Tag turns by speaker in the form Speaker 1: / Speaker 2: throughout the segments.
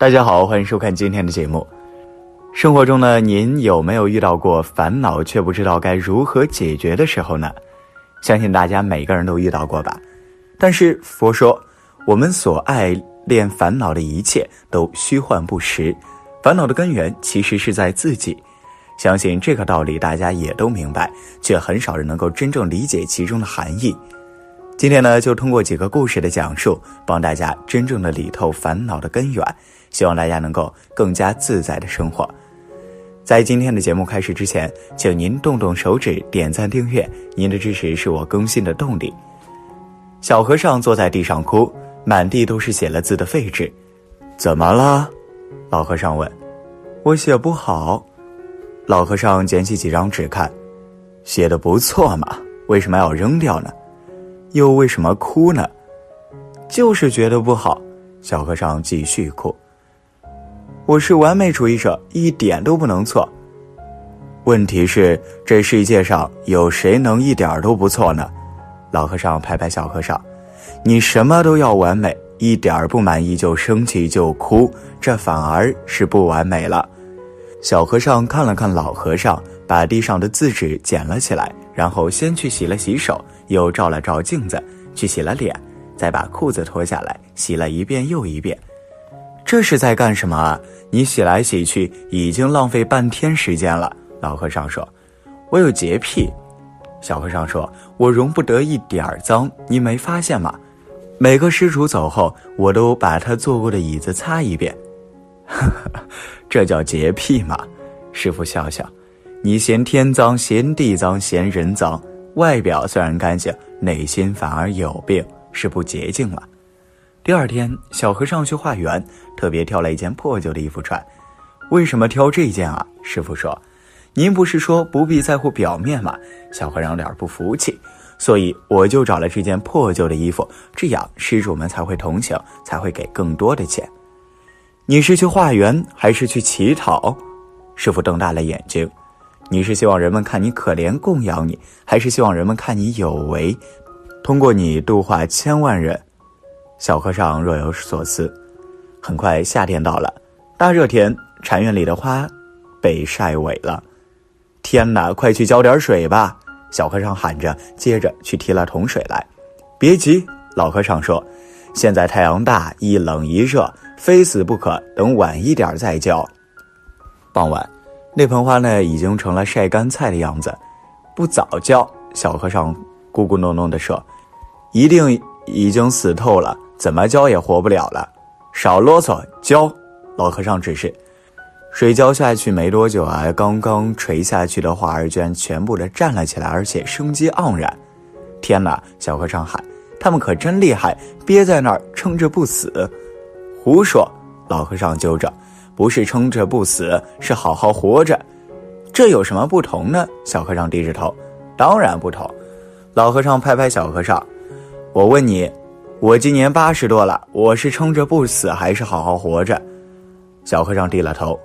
Speaker 1: 大家好，欢迎收看今天的节目。生活中呢，您有没有遇到过烦恼却不知道该如何解决的时候呢？相信大家每个人都遇到过吧。但是佛说，我们所爱恋烦恼的一切都虚幻不实，烦恼的根源其实是在自己。相信这个道理大家也都明白，却很少人能够真正理解其中的含义。今天呢，就通过几个故事的讲述，帮大家真正的理透烦恼的根源，希望大家能够更加自在的生活。在今天的节目开始之前，请您动动手指点赞订阅，您的支持是我更新的动力。小和尚坐在地上哭，满地都是写了字的废纸。怎么了？老和尚问。我写不好。老和尚捡起几张纸看，写得不错嘛，为什么要扔掉呢？又为什么哭呢？就是觉得不好。小和尚继续哭。我是完美主义者，一点都不能错。问题是，这世界上有谁能一点都不错呢？老和尚拍拍小和尚，你什么都要完美，一点不满意就生气就哭，这反而是不完美了。小和尚看了看老和尚，把地上的字纸捡了起来，然后先去洗了洗手，又照了照镜子，去洗了脸，再把裤子脱下来，洗了一遍又一遍。这是在干什么啊？你洗来洗去，已经浪费半天时间了。老和尚说，我有洁癖。小和尚说，我容不得一点脏，你没发现吗？每个施主走后，我都把他坐过的椅子擦一遍。这叫洁癖吗？师父笑笑，你嫌天脏，嫌地脏，嫌人脏，外表虽然干净，内心反而有病，是不洁净了。第二天，小和尚去化缘，特别挑了一件破旧的衣服穿。为什么挑这件啊？师父说，您不是说不必在乎表面吗？小和尚脸不服气，所以我就找了这件破旧的衣服，这样施主们才会同情，才会给更多的钱。你是去化缘还是去乞讨？师父瞪大了眼睛。你是希望人们看你可怜供养你，还是希望人们看你有为，通过你度化千万人？小和尚若有所思。很快夏天到了，大热天，禅院里的花被晒萎了。天哪，快去浇点水吧！小和尚喊着，接着去提了桶水来。别急，老和尚说，现在太阳大，一冷一热，非死不可，等晚一点再浇。傍晚，那盆花呢，已经成了晒干菜的样子。不早浇，小和尚咕咕哝哝地说，一定已经死透了，怎么浇也活不了了。少啰嗦，浇！老和尚指示。水浇下去没多久啊，刚刚垂下去的花儿居然全部的站了起来，而且生机盎然。天哪！小和尚喊，他们可真厉害，憋在那儿撑着不死。胡说！老和尚纠正，不是撑着不死，是好好活着。这有什么不同呢？小和尚低着头。当然不同。老和尚拍拍小和尚，我问你，我今年80多了，我是撑着不死还是好好活着？小和尚低了头。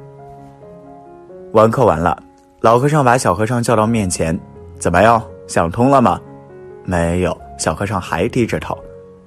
Speaker 1: 晚课完了，老和尚把小和尚叫到面前，怎么样，想通了吗？没有，小和尚还低着头。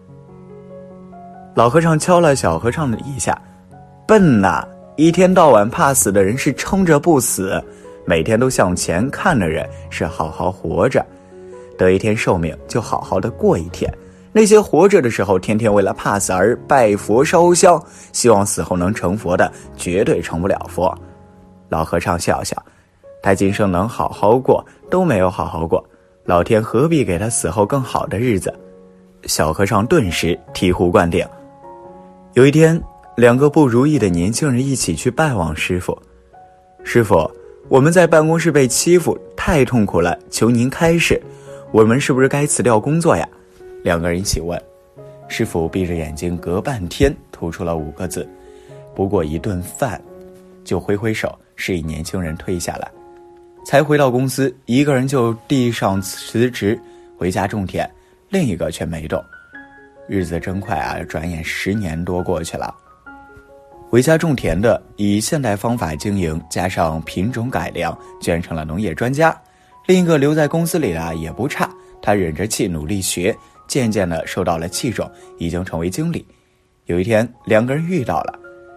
Speaker 1: 老和尚敲了小和尚的一下，笨呐，一天到晚怕死的人是撑着不死，每天都向前看的人是好好活着。得一天寿命就好好的过一天，那些活着的时候天天为了怕死而拜佛烧香，希望死后能成佛的，绝对成不了佛。老和尚笑笑，他今生能好好过都没有好好过，老天何必给他死后更好的日子？小和尚顿时醍醐灌顶。有一天，两个不如意的年轻人一起去拜望师父。师父，我们在办公室被欺负，太痛苦了，求您开示，我们是不是该辞掉工作呀？两个人一起问。师父闭着眼睛，隔半天吐出了5个字，不过一顿饭，就挥挥手示意年轻人退下来。才回到公司，一个人就递上辞职，回家种田，另一个却没动。日子真快啊，转眼10年多过去了。回家种田的以现代方法经营，加上品种改良，居然成了农业专家。另一个留在公司里的也不差，他忍着气努力学，渐渐地受到了器重，已经成为经理。有一天，两个人遇到了，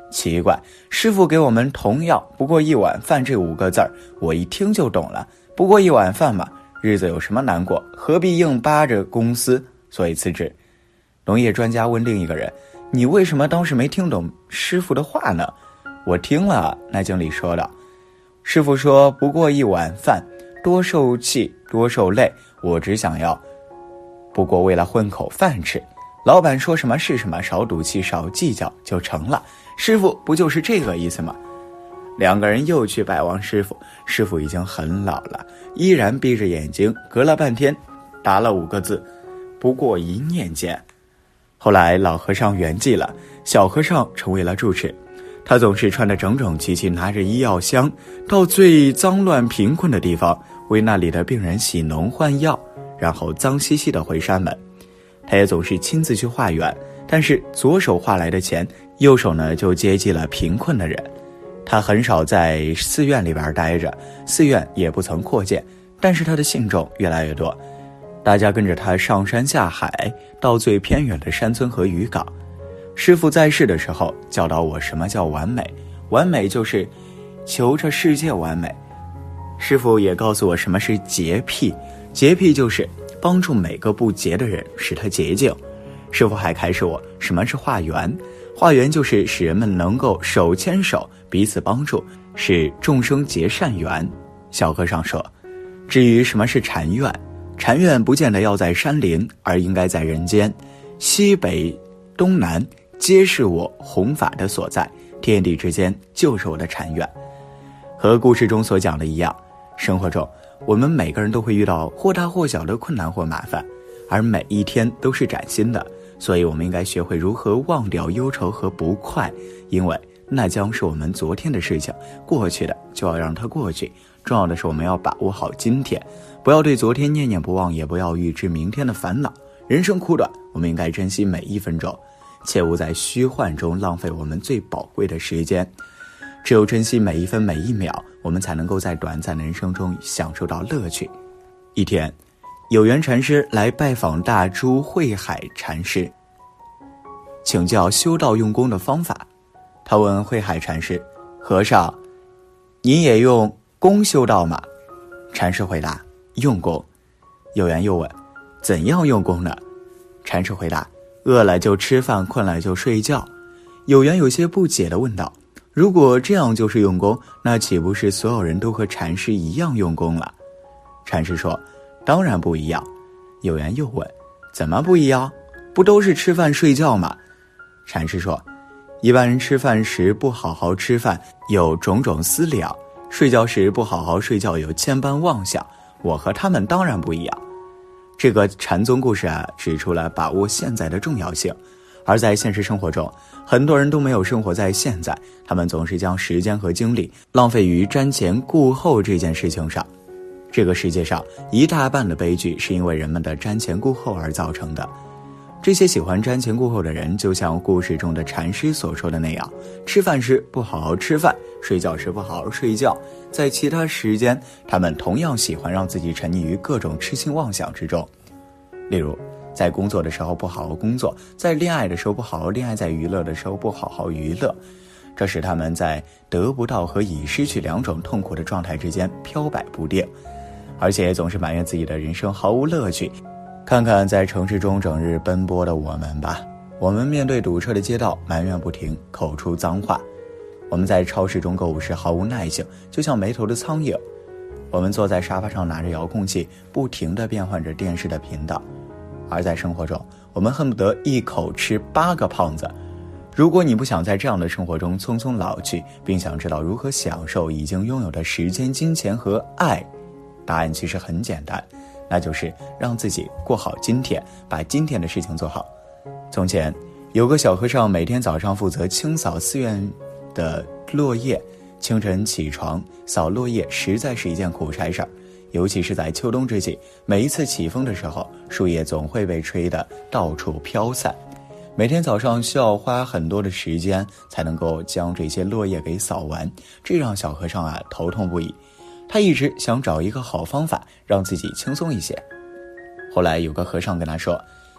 Speaker 1: 奇怪，师傅给我们同样不过一碗饭这5个字儿，我一听就懂了。不过一碗饭嘛，日子有什么难过，何必硬扒着公司，所以辞职。农业专家问另一个人，你为什么当时没听懂师傅的话呢？我听了，那经理说道，师傅说不过一碗饭，多受气多受累，我只想要不过为了混口饭吃，老板说什么是什么，少赌气少计较就成了，师傅不就是这个意思吗？2个人又去拜望师傅，师傅已经很老了，依然闭着眼睛，隔了半天答了5个字，不过一念间。后来老和尚圆寂了，小和尚成为了住持，他总是穿得整整齐齐，拿着医药箱到最脏乱贫困的地方，为那里的病人洗脓换药，然后脏兮兮地回山门。他也总是亲自去化缘，但是左手化来的钱，右手呢就接济了贫困的人。他很少在寺院里边待着，寺院也不曾扩建，但是他的信众越来越多，大家跟着他上山下海，到最偏远的山村和渔港。师父在世的时候教导我什么叫完美，完美就是求着世界完美。师父也告诉我什么是洁癖，洁癖就是帮助每个不洁的人使他洁净。师父还开示我什么是化缘，化缘就是使人们能够手牵手彼此帮助，使众生结善缘。小和尚说，至于什么是禅院，禅院不见得要在山林，而应该在人间，西北东南皆是我弘法的所在，天地之间就是我的禅院。和故事中所讲的一样，生活中我们每个人都会遇到或大或小的困难或麻烦，而每一天都是崭新的，所以我们应该学会如何忘掉忧愁和不快，因为那将是我们昨天的事情，过去的就要让它过去。重要的是我们要把握好今天，不要对昨天念念不忘，也不要预知明天的烦恼。人生苦短，我们应该珍惜每1分钟，切勿在虚幻中浪费我们最宝贵的时间。只有珍惜每1分每1秒，我们才能够在短暂的人生中享受到乐趣。一天，有缘禅师来拜访大珠慧海禅师，请教修道用功的方法。他问慧海禅师，和尚，您也用功修道吗？禅师回答，用功。有缘又问，怎样用功呢？禅师回答，饿了就吃饭，困了就睡觉。有缘有些不解地问道，如果这样就是用功，那岂不是所有人都和禅师一样用功了？禅师说，当然不一样。有缘又问，怎么不一样？不都是吃饭睡觉吗？禅师说，一般人吃饭时不好好吃饭，有种种思量，睡觉时不好好睡觉，有千般妄想，我和他们当然不一样。这个禅宗故事指出了把握现在的重要性。而在现实生活中，很多人都没有生活在现在，他们总是将时间和精力浪费于瞻前顾后这件事情上。这个世界上一大半的悲剧是因为人们的瞻前顾后而造成的。这些喜欢瞻前顾后的人，就像故事中的禅师所说的那样，吃饭时不好好吃饭，睡觉时不好好睡觉，在其他时间他们同样喜欢让自己沉溺于各种痴心妄想之中。例如在工作的时候不好好工作，在恋爱的时候不好好恋爱，在娱乐的时候不好好娱乐，这使他们在得不到和已失去2种痛苦的状态之间飘摆不定，而且总是埋怨自己的人生毫无乐趣。看看在城市中整日奔波的我们吧，我们面对堵车的街道埋怨不停，口出脏话；我们在超市中购物时毫无耐性，就像没头的苍蝇；我们坐在沙发上拿着遥控器，不停地变换着电视的频道。而在生活中，我们恨不得一口吃8个胖子。如果你不想在这样的生活中匆匆老去，并想知道如何享受已经拥有的时间、金钱和爱，答案其实很简单，那就是让自己过好今天，把今天的事情做好。从前有个小和尚，每天早上负责清扫寺院的落叶，清晨起床扫落叶实在是一件苦差事儿，尤其是在秋冬之际，每一次起风的时候，树叶总会被吹得到处飘散。每天早上需要花很多的时间才能够将这些落叶给扫完，这让小和尚头痛不已。他一直想找一个好方法让自己轻松一些。后来有个和尚跟他说，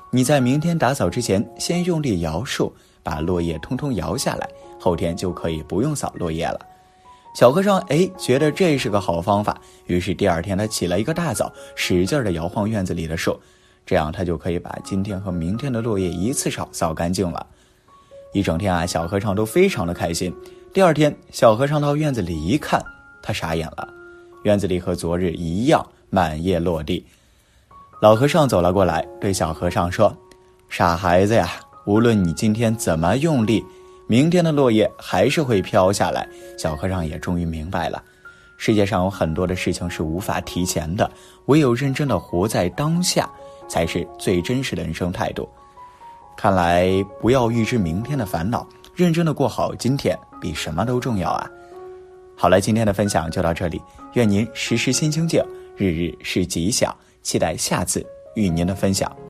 Speaker 1: 你在明天打扫之前，先用力摇树，把落叶通通摇下来，后天就可以不用扫落叶了。小和尚觉得这是个好方法，于是第二天他起了一个大早，使劲地摇晃院子里的树，这样他就可以把今天和明天的落叶一次扫干净了。一整天小和尚都非常的开心。第二天，小和尚到院子里一看，他傻眼了，院子里和昨日一样，满叶落地。老和尚走了过来，对小和尚说：傻孩子呀，无论你今天怎么用力，明天的落叶还是会飘下来。小和尚也终于明白了，世界上有很多的事情是无法提前的，唯有认真的活在当下，才是最真实的人生态度。看来不要预知明天的烦恼，认真的过好今天比什么都重要啊。好了，今天的分享就到这里，愿您时时心清静，日日是吉祥，期待下次与您的分享。